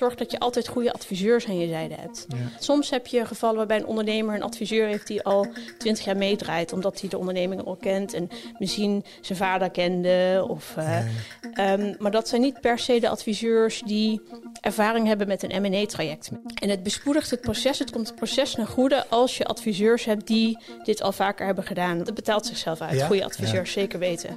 Zorg dat je altijd goede adviseurs aan je zijde hebt. Ja. Soms heb je gevallen waarbij een ondernemer een adviseur heeft die al 20 jaar meedraait, omdat hij de onderneming al kent en misschien zijn vader kende. Maar dat zijn niet per se de adviseurs die ervaring hebben met een M&A-traject. En het bespoedigt het proces. Het komt het proces naar goede als je adviseurs hebt die dit al vaker hebben gedaan. Dat betaalt zichzelf uit. Ja? Goede adviseurs, zeker weten.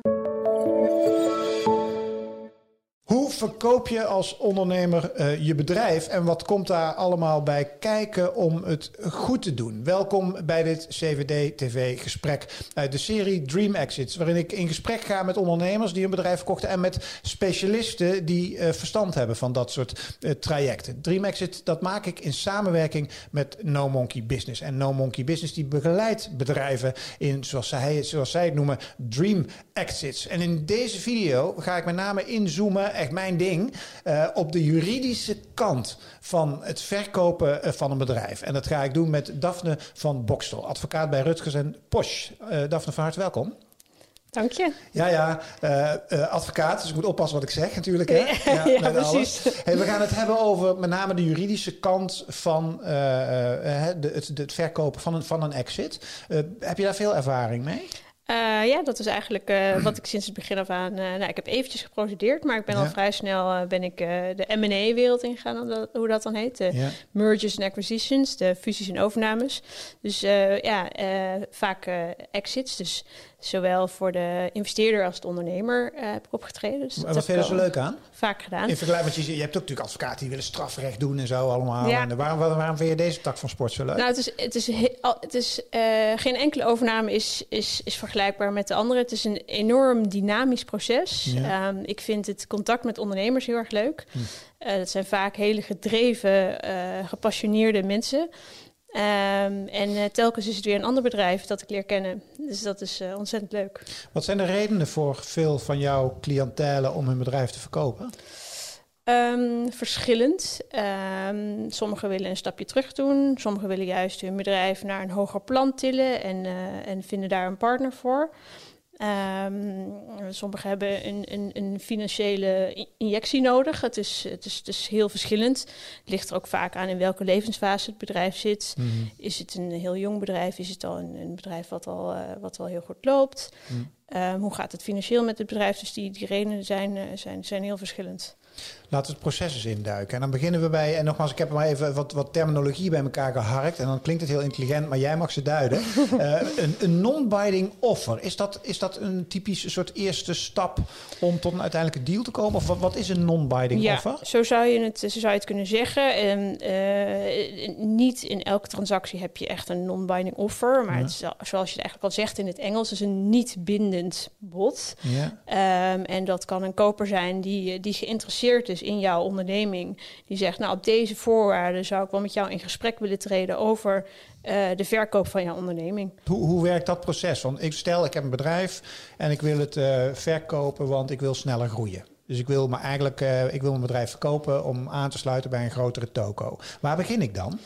Hoe verkoop je als ondernemer je bedrijf en wat komt daar allemaal bij kijken om het goed te doen? Welkom bij dit CVD-TV-gesprek uit de serie Dream Exits, waarin ik in gesprek ga met ondernemers die een bedrijf verkochten en met specialisten die verstand hebben van dat soort trajecten. Dream Exit, dat maak ik in samenwerking met No Monkey Business. En No Monkey Business die begeleidt bedrijven in, zoals zij het noemen, Dream Exits. En in deze video ga ik met name inzoomen, echt mijn ding, op de juridische kant van het verkopen van een bedrijf. En dat ga ik doen met Daphne van Boxtel, advocaat bij Rutgers en Posch. Daphne, van harte welkom. Dank je. Ja, advocaat, dus ik moet oppassen wat ik zeg natuurlijk. Hè? Ja, precies. Hey, we gaan het hebben over met name de juridische kant van het verkopen van een exit. Heb je daar veel ervaring mee? Ja, dat is eigenlijk wat ik sinds het begin af aan... ik heb eventjes geprocedeerd, maar ik ben al vrij snel de M&A-wereld ingegaan, hoe dat dan heet. De mergers en acquisitions, de fusies en overnames. Dus vaak exits, dus zowel voor de investeerder als de ondernemer heb ik opgetreden. Dus wat vind je er zo leuk aan? Vaak gedaan. In vergelijking, want je hebt ook natuurlijk advocaten die willen strafrecht doen en zo allemaal. Ja. En waarom vind je deze tak van sport zo leuk? Nou, het is geen enkele overname is vergelijkbaar met de andere. Het is een enorm dynamisch proces. Ja. Ik vind het contact met ondernemers heel erg leuk. Dat zijn vaak hele gedreven, gepassioneerde mensen. En telkens is het weer een ander bedrijf dat ik leer kennen. Dus dat is ontzettend leuk. Wat zijn de redenen voor veel van jouw cliëntelen om hun bedrijf te verkopen? Verschillend. Sommigen willen een stapje terug doen. Sommigen willen juist hun bedrijf naar een hoger plan tillen en vinden daar een partner voor. Sommigen hebben een financiële injectie nodig. Het is heel verschillend. Het ligt er ook vaak aan in welke levensfase het bedrijf zit. Mm-hmm. Is het een heel jong bedrijf? Is het al een bedrijf wat al heel goed loopt? Hoe gaat het financieel met het bedrijf? Dus die redenen zijn heel verschillend. Laten we het proces eens induiken. En dan beginnen we bij, en nogmaals, ik heb maar even wat terminologie bij elkaar geharkt. En dan klinkt het heel intelligent, maar jij mag ze duiden. Een non-binding offer. Is dat een typisch soort eerste stap om tot een uiteindelijke deal te komen? Of wat is een non-binding offer? Zo zou je het kunnen zeggen. Niet in elke transactie heb je echt een non-binding offer. Maar het is, zoals je het eigenlijk al zegt in het Engels, is een niet bindend bod. Ja. En dat kan een koper zijn die geïnteresseerd is in jouw onderneming. Die zegt, nou, op deze voorwaarden zou ik wel met jou in gesprek willen treden over de verkoop van jouw onderneming. Hoe werkt dat proces? Want ik heb een bedrijf en ik wil het verkopen, want ik wil sneller groeien. Dus ik wil mijn bedrijf verkopen om aan te sluiten bij een grotere toko. Waar begin ik dan?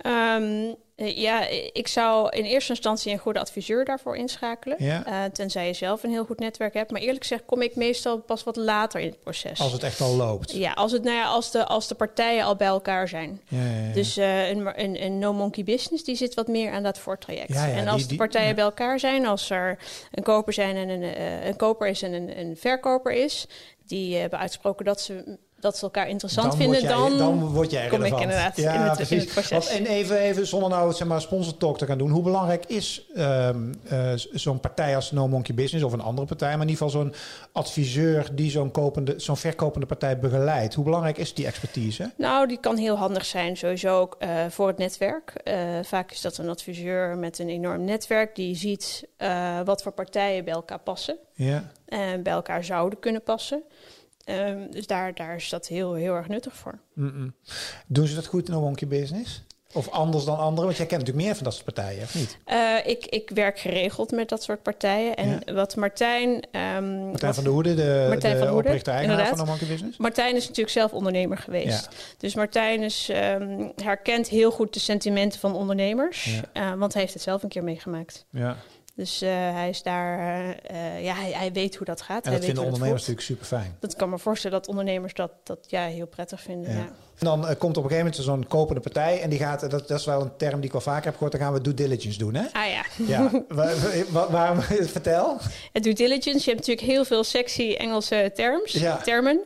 Ik zou in eerste instantie een goede adviseur daarvoor inschakelen. Ja. Tenzij je zelf een heel goed netwerk hebt. Maar eerlijk gezegd kom ik meestal pas wat later in het proces. Als het echt al loopt? Ja, als de partijen al bij elkaar zijn. Ja. Dus een No Monkey Business die zit wat meer aan dat voortraject. Ja, en als de partijen bij elkaar zijn, als er een koper zijn en een koper is en een verkoper is, die hebben uitgesproken dat ze elkaar interessant vinden, dan word jij kom relevant. Ik inderdaad in het proces. En even zonder nou sponsor talk te gaan doen. Hoe belangrijk is zo'n partij als No Monkey Business of een andere partij, maar in ieder geval zo'n adviseur die zo'n verkopende partij begeleidt? Hoe belangrijk is die expertise? Nou, die kan heel handig zijn, sowieso ook voor het netwerk. Vaak is dat een adviseur met een enorm netwerk die ziet wat voor partijen bij elkaar passen. Ja. Bij elkaar zouden kunnen passen. Dus daar is dat heel, heel erg nuttig voor. Mm-mm. Doen ze dat goed in No Monkey Business? Of anders dan anderen? Want jij kent natuurlijk meer van dat soort partijen, of niet? Ik werk geregeld met dat soort partijen. En wat Martijn van der Hoede, de oprichter-eigenaar van No Monkey Business? Martijn is natuurlijk zelf ondernemer geweest. Ja. Dus Martijn herkent heel goed de sentimenten van ondernemers. Ja. Want hij heeft het zelf een keer meegemaakt. Ja. Dus hij is daar, hij weet hoe dat gaat. En dat vinden ondernemers natuurlijk super fijn. Dat kan me voorstellen dat ondernemers dat heel prettig vinden. Ja. En dan komt op een gegeven moment zo'n kopende partij en die gaat, dat is wel een term die ik wel vaker heb gehoord, dan gaan we due diligence doen, hè? Ah ja. Waarom? Vertel. Due diligence, je hebt natuurlijk heel veel sexy Engelse termen.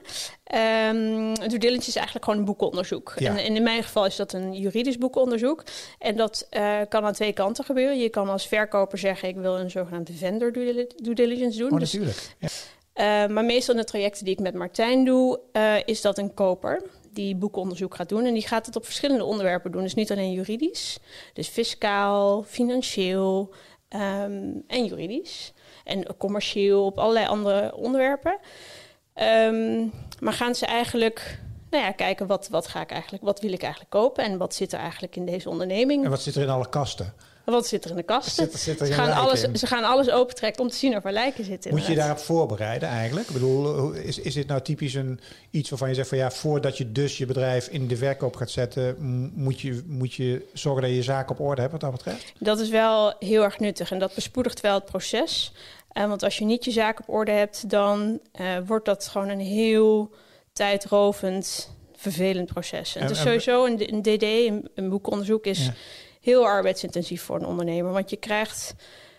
Due diligence is eigenlijk gewoon een boekenonderzoek. Ja. En in mijn geval is dat een juridisch boekenonderzoek. En dat kan aan twee kanten gebeuren. Je kan als verkoper zeggen, ik wil een zogenaamde vendor due diligence doen. Oh, natuurlijk. Ja. Maar meestal in de trajecten die ik met Martijn doe, is dat een koper die boekenonderzoek gaat doen. En die gaat het op verschillende onderwerpen doen. Dus niet alleen juridisch. Dus fiscaal, financieel en juridisch. En commercieel op allerlei andere onderwerpen. Maar gaan ze eigenlijk kijken wat wil ik eigenlijk kopen en wat zit er eigenlijk in deze onderneming. En wat zit er in alle kasten? Wat zit er in de kasten? Ze gaan alles opentrekken om te zien of er lijken zitten. Moet je daarop voorbereiden eigenlijk? Ik bedoel, is dit nou typisch iets waarvan je zegt van voordat je dus je bedrijf in de verkoop gaat zetten, moet je zorgen dat je je zaak op orde hebt wat dat betreft? Dat is wel heel erg nuttig en dat bespoedigt wel het proces. Want als je niet je zaak op orde hebt, dan wordt dat gewoon een heel tijdrovend, vervelend proces. En dus sowieso een DD, een boekenonderzoek, is heel arbeidsintensief voor een ondernemer. Want je krijgt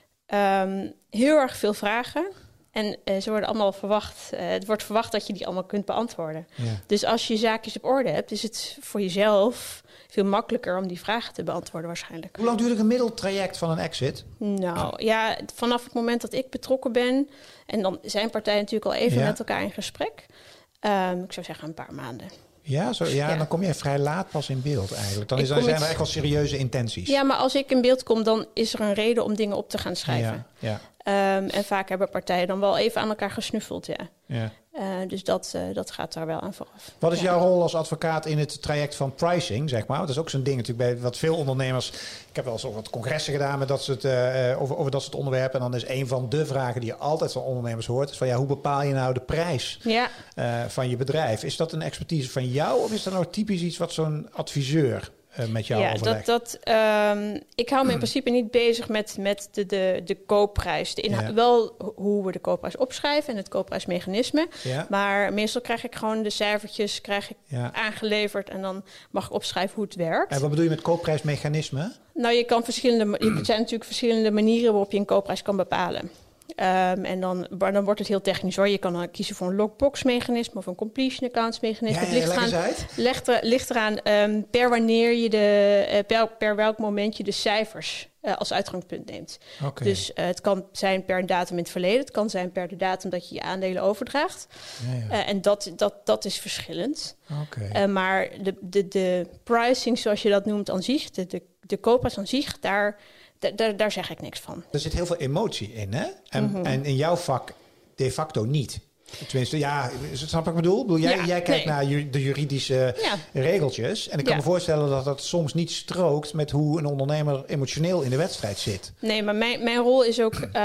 heel erg veel vragen. En ze worden allemaal verwacht. Het wordt verwacht dat je die allemaal kunt beantwoorden. Ja. Dus als je zaakjes op orde hebt, is het voor jezelf veel makkelijker om die vragen te beantwoorden waarschijnlijk. Hoe lang duurt een gemiddeld traject van een exit? Nou ja, vanaf het moment dat ik betrokken ben, en dan zijn partijen natuurlijk al even met elkaar in gesprek. Ik zou zeggen een paar maanden. Ja, dan kom je vrij laat pas in beeld eigenlijk. Dan zijn er echt wel serieuze intenties. Ja, maar als ik in beeld kom, dan is er een reden om dingen op te gaan schrijven. Ja. En vaak hebben partijen dan wel even aan elkaar gesnuffeld, ja. Dus dat gaat daar wel aan vooraf. Wat is jouw rol als advocaat in het traject van pricing, zeg maar? Dat is ook zo'n ding natuurlijk bij wat veel ondernemers. Ik heb wel eens wat congressen gedaan met over dat soort onderwerpen. En dan is een van de vragen die je altijd van ondernemers hoort, is van hoe bepaal je nou de prijs van je bedrijf? Is dat een expertise van jou of is dat nou typisch iets wat zo'n adviseur met jou overlegt? Ik hou me in principe niet bezig met de koopprijs. Wel hoe we de koopprijs opschrijven en het koopprijsmechanisme. Ja. Maar meestal krijg ik gewoon de cijfertjes aangeleverd en dan mag ik opschrijven hoe het werkt. En wat bedoel je met koopprijsmechanisme? Nou, er zijn natuurlijk verschillende manieren waarop je een koopprijs kan bepalen. En dan wordt het heel technisch hoor. Je kan dan kiezen voor een lockbox-mechanisme of een completion accounts-mechanisme. Het ligt eraan per wanneer je per welk moment je de cijfers als uitgangspunt neemt. Okay. Dus het kan zijn per een datum in het verleden. Het kan zijn per de datum dat je je aandelen overdraagt. En dat is verschillend. Okay. Maar de pricing, zoals je dat noemt aan zich, de koopprijs aan zich, daar zeg ik niks van. Er zit heel veel emotie in, hè? En in jouw vak de facto niet. Tenminste, snap ik bedoel? Jij kijkt naar de juridische regeltjes. En ik kan me voorstellen dat dat soms niet strookt met hoe een ondernemer emotioneel in de wedstrijd zit. Nee, maar mijn rol is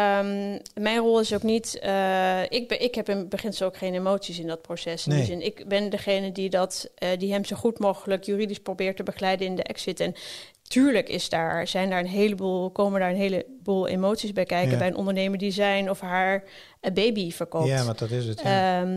ook niet. Ik heb in beginsel ook geen emoties in dat proces. In die zin, ik ben degene die hem zo goed mogelijk juridisch probeert te begeleiden in de exit. En tuurlijk komen daar een heleboel emoties bij kijken bij een ondernemer die zijn of haar baby verkoopt. Ja, want dat is het.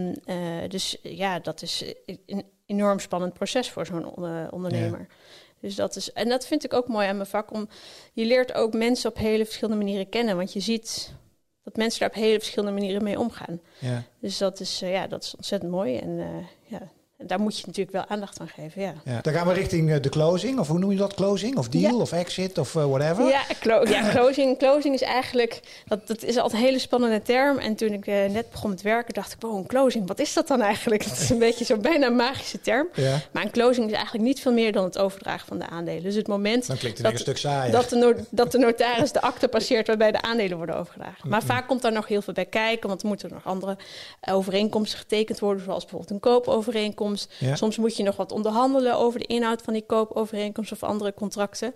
Ja. Dat is een enorm spannend proces voor zo'n ondernemer. Ja. Dus dat vind ik ook mooi aan mijn vak. Je leert ook mensen op hele verschillende manieren kennen, want je ziet dat mensen daar op hele verschillende manieren mee omgaan. Ja. Dus dat is ontzettend mooi en daar moet je natuurlijk wel aandacht aan geven, ja. Dan gaan we richting de closing, of hoe noem je dat? Closing of deal of exit of whatever? Closing is eigenlijk, dat is altijd een hele spannende term. En toen ik net begon met werken, dacht ik, een closing, wat is dat dan eigenlijk? Dat is een beetje zo bijna een magische term. Ja. Maar een closing is eigenlijk niet veel meer dan het overdragen van de aandelen. Dus het moment dan klinkt het een stuk saaier. Dat de notaris de akte passeert waarbij de aandelen worden overgedragen. Maar vaak komt daar nog heel veel bij kijken, want er moeten nog andere overeenkomsten getekend worden, zoals bijvoorbeeld een koopovereenkomst. Ja. Soms moet je nog wat onderhandelen over de inhoud van die koopovereenkomst of andere contracten.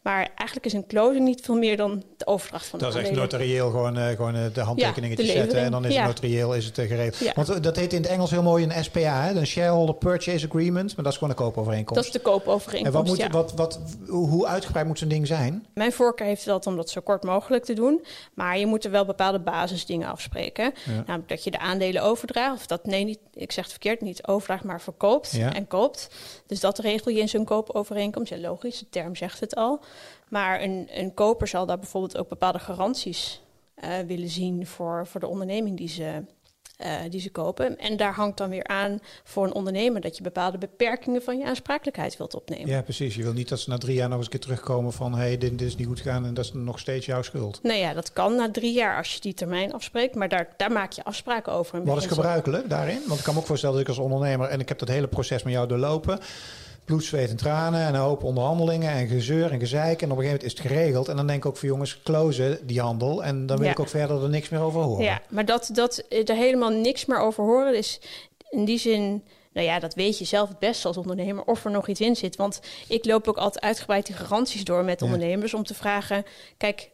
Maar eigenlijk is een closing niet veel meer dan de overdracht van de Dat is echt aandelen. notarieel gewoon de handtekeningen zetten. En dan is het notarieel geregeld. Ja. Want dat heet in het Engels heel mooi een SPA, hè? Een Shareholder Purchase Agreement. Maar dat is gewoon een koopovereenkomst. Dat is de koopovereenkomst, En hoe uitgebreid moet zo'n ding zijn? Mijn voorkeur heeft dat om dat zo kort mogelijk te doen. Maar je moet er wel bepaalde basisdingen afspreken. Ja. Namelijk dat je de aandelen overdraagt. Of dat, nee, niet, ik zeg het verkeerd, niet overdraagt, maar verkoopt en koopt. Dus dat regel je in zo'n koopovereenkomst. Ja, logisch, de term zegt het al. Maar een koper zal daar bijvoorbeeld ook bepaalde garanties willen zien voor de onderneming die ze kopen. En daar hangt dan weer aan voor een ondernemer dat je bepaalde beperkingen van je aansprakelijkheid wilt opnemen. Ja, precies. Je wil niet dat ze na 3 jaar nog eens een keer terugkomen van dit is niet goed gegaan en dat is nog steeds jouw schuld. Nou ja, dat kan na 3 jaar als je die termijn afspreekt, maar daar maak je afspraken over. Wat is gebruikelijk daarin? Want ik kan me ook voorstellen dat ik als ondernemer en ik heb dat hele proces met jou doorlopen. Bloed, zweet en tranen en een hoop onderhandelingen en gezeur en gezeik. En op een gegeven moment is het geregeld. En dan denk ik ook voor jongens, closen die handel. En dan wil ik ook verder er niks meer over horen. Ja, maar dat er helemaal niks meer over horen is in die zin... Nou ja, dat weet je zelf het beste als ondernemer of er nog iets in zit. Want ik loop ook altijd uitgebreid die garanties door met ondernemers om te vragen... Kijk,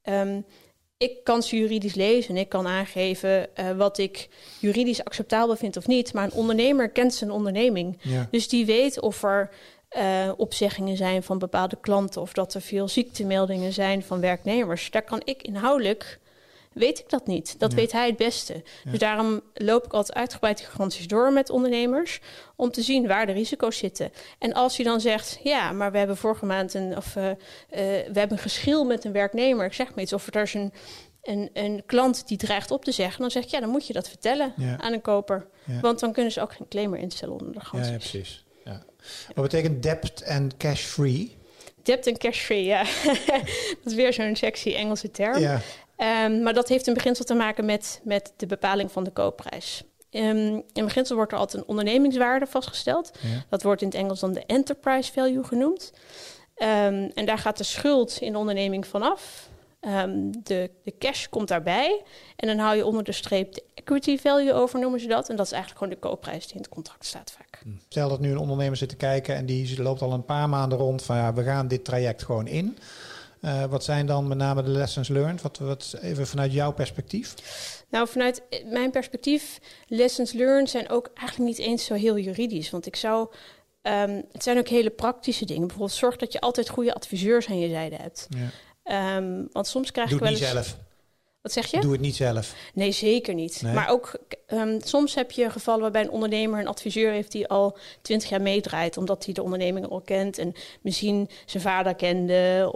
ik kan ze juridisch lezen en ik kan aangeven wat ik juridisch acceptabel vind of niet. Maar een ondernemer kent zijn onderneming. Ja. Dus die weet of er opzeggingen zijn van bepaalde klanten... of dat er veel ziektemeldingen zijn van werknemers. Daar kan ik inhoudelijk... weet ik dat niet. Dat weet hij het beste. Ja. Dus daarom loop ik altijd uitgebreid die garanties door met ondernemers... om te zien waar de risico's zitten. En als hij dan zegt... ja, maar we hebben vorige maand we hebben een geschil met een werknemer... ik zeg maar iets, of er is een klant die dreigt op te zeggen... dan zeg ik, dan moet je dat vertellen aan een koper. Ja. Want dan kunnen ze ook geen claim meer instellen onder de garanties. Ja, precies. Ja. Wat betekent debt en cash-free? Debt en cash-free, ja. Dat is weer zo'n sexy Engelse term. Ja. Maar dat heeft in beginsel te maken met de bepaling van de koopprijs. In beginsel wordt er altijd een ondernemingswaarde vastgesteld. Ja. Dat wordt in het Engels dan de enterprise value genoemd. En daar gaat de schuld in de onderneming vanaf. De cash komt daarbij. En dan hou je onder de streep de equity value over, noemen ze dat. En dat is eigenlijk gewoon de koopprijs die in het contract staat vaak. Stel dat nu een ondernemer zit te kijken en die loopt al een paar maanden rond van we gaan dit traject gewoon in. Wat zijn dan met name de lessons learned? Wat even vanuit jouw perspectief? Nou, vanuit mijn perspectief, lessons learned zijn ook eigenlijk niet eens zo heel juridisch. Want het zijn ook hele praktische dingen. Bijvoorbeeld zorg dat je altijd goede adviseurs aan je zijde hebt. Ja. Want soms krijg je wel eens... Doe het niet zelf. Wat zeg je? Doe het niet zelf. Nee, zeker niet. Nee. Maar ook soms heb je gevallen waarbij een ondernemer een adviseur heeft die al 20 jaar meedraait, omdat hij de onderneming al kent en misschien zijn vader kende.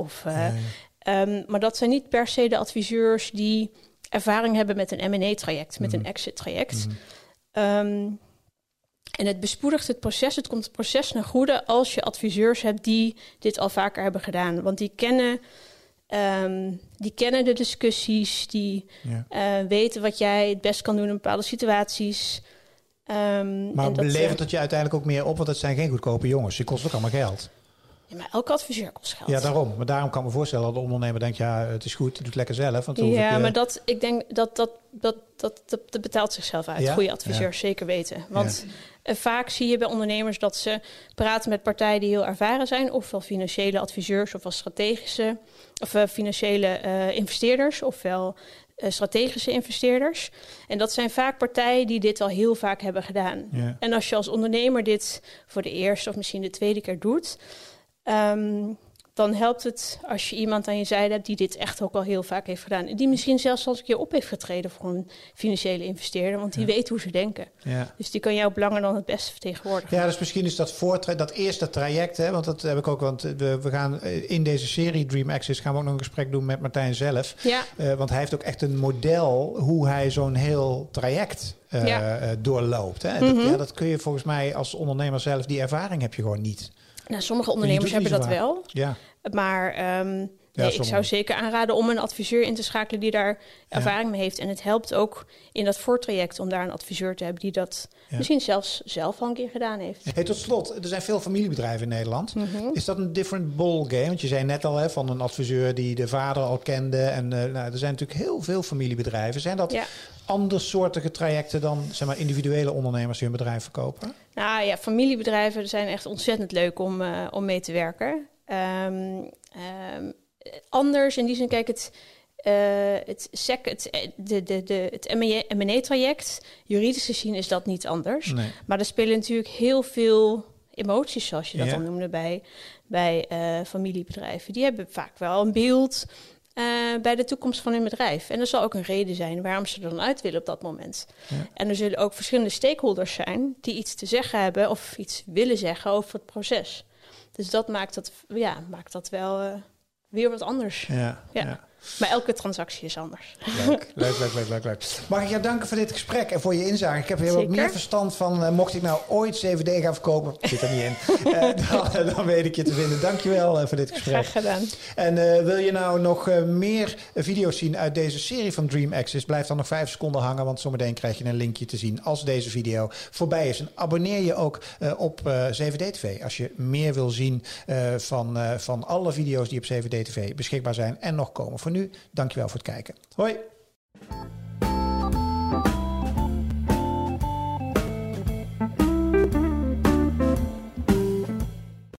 Maar dat zijn niet per se de adviseurs die ervaring hebben met een M&A-traject, met een exit-traject. En het bespoedigt het proces. Het komt het proces naar goede als je adviseurs hebt die dit al vaker hebben gedaan. Want die kennen de discussies, die weten wat jij het best kan doen in bepaalde situaties. Maar levert het je uiteindelijk ook meer op? Want het zijn geen goedkope jongens. Die kosten ook allemaal geld. Ja, maar elke adviseur kost geld. Ja, daarom. Maar daarom kan ik me voorstellen dat de ondernemer denkt... het is goed, doe het lekker zelf. Want maar ik denk dat betaalt zichzelf uit. Ja? Goede adviseurs, zeker weten. Want vaak zie je bij ondernemers dat ze praten met partijen die heel ervaren zijn... ofwel financiële adviseurs, ofwel strategische... of financiële investeerders, ofwel strategische investeerders. En dat zijn vaak partijen die dit al heel vaak hebben gedaan. Ja. En als je als ondernemer dit voor de eerste of misschien de tweede keer doet... dan helpt het als je iemand aan je zijde hebt die dit echt ook al heel vaak heeft gedaan. En die misschien zelfs al eens een keer op heeft getreden voor een financiële investeerder. Want die weet hoe ze denken. Ja. Dus die kan jouw belangen dan het beste vertegenwoordigen. Ja, dus misschien is dat eerste traject. Hè, want dat heb ik ook. Want we gaan in deze serie Dream Access gaan we ook nog een gesprek doen met Martijn zelf. Ja. Want hij heeft ook echt een model hoe hij zo'n heel traject doorloopt. Hè. Dat kun je volgens mij als ondernemer zelf, die ervaring heb je gewoon niet. Nou, sommige ondernemers hebben dat wel. Ja. Maar ik zou zeker aanraden om een adviseur in te schakelen die daar ervaring mee heeft. En het helpt ook in dat voortraject om daar een adviseur te hebben die dat misschien zelfs zelf al een keer gedaan heeft. Hey, tot slot, er zijn veel familiebedrijven in Nederland. Is dat een different ball game? Want je zei net al van een adviseur die de vader al kende. En er zijn natuurlijk heel veel familiebedrijven. Zijn dat andersoortige trajecten dan zeg maar individuele ondernemers die hun bedrijf verkopen? Nou ja, familiebedrijven zijn echt ontzettend leuk om mee te werken. anders. In die zin, kijk, het M&A-traject, juridisch gezien is dat niet anders. Nee. Maar er spelen natuurlijk heel veel emoties, zoals je dat dan noemde, bij familiebedrijven. Die hebben vaak wel een beeld bij de toekomst van hun bedrijf. En er zal ook een reden zijn waarom ze er dan uit willen op dat moment. Ja. En er zullen ook verschillende stakeholders zijn die iets te zeggen hebben of iets willen zeggen over het proces. Dus dat maakt dat wel weer wat anders. Ja. Maar elke transactie is anders. Leuk. Mag ik jou danken voor dit gesprek en voor je inzage. Ik heb heel wat meer verstand van, mocht ik nou ooit CVD gaan verkopen, zit er niet in, dan weet ik je te vinden. Dankjewel voor dit gesprek. Graag gedaan. En wil je nou nog meer video's zien uit deze serie van Dream Access? Blijf dan nog 5 seconden hangen, want zometeen krijg je een linkje te zien als deze video voorbij is. En abonneer je ook op CVD TV als je meer wil zien van alle video's die op CVD TV beschikbaar zijn en nog komen. Voor nu, dankjewel voor het kijken. Hoi!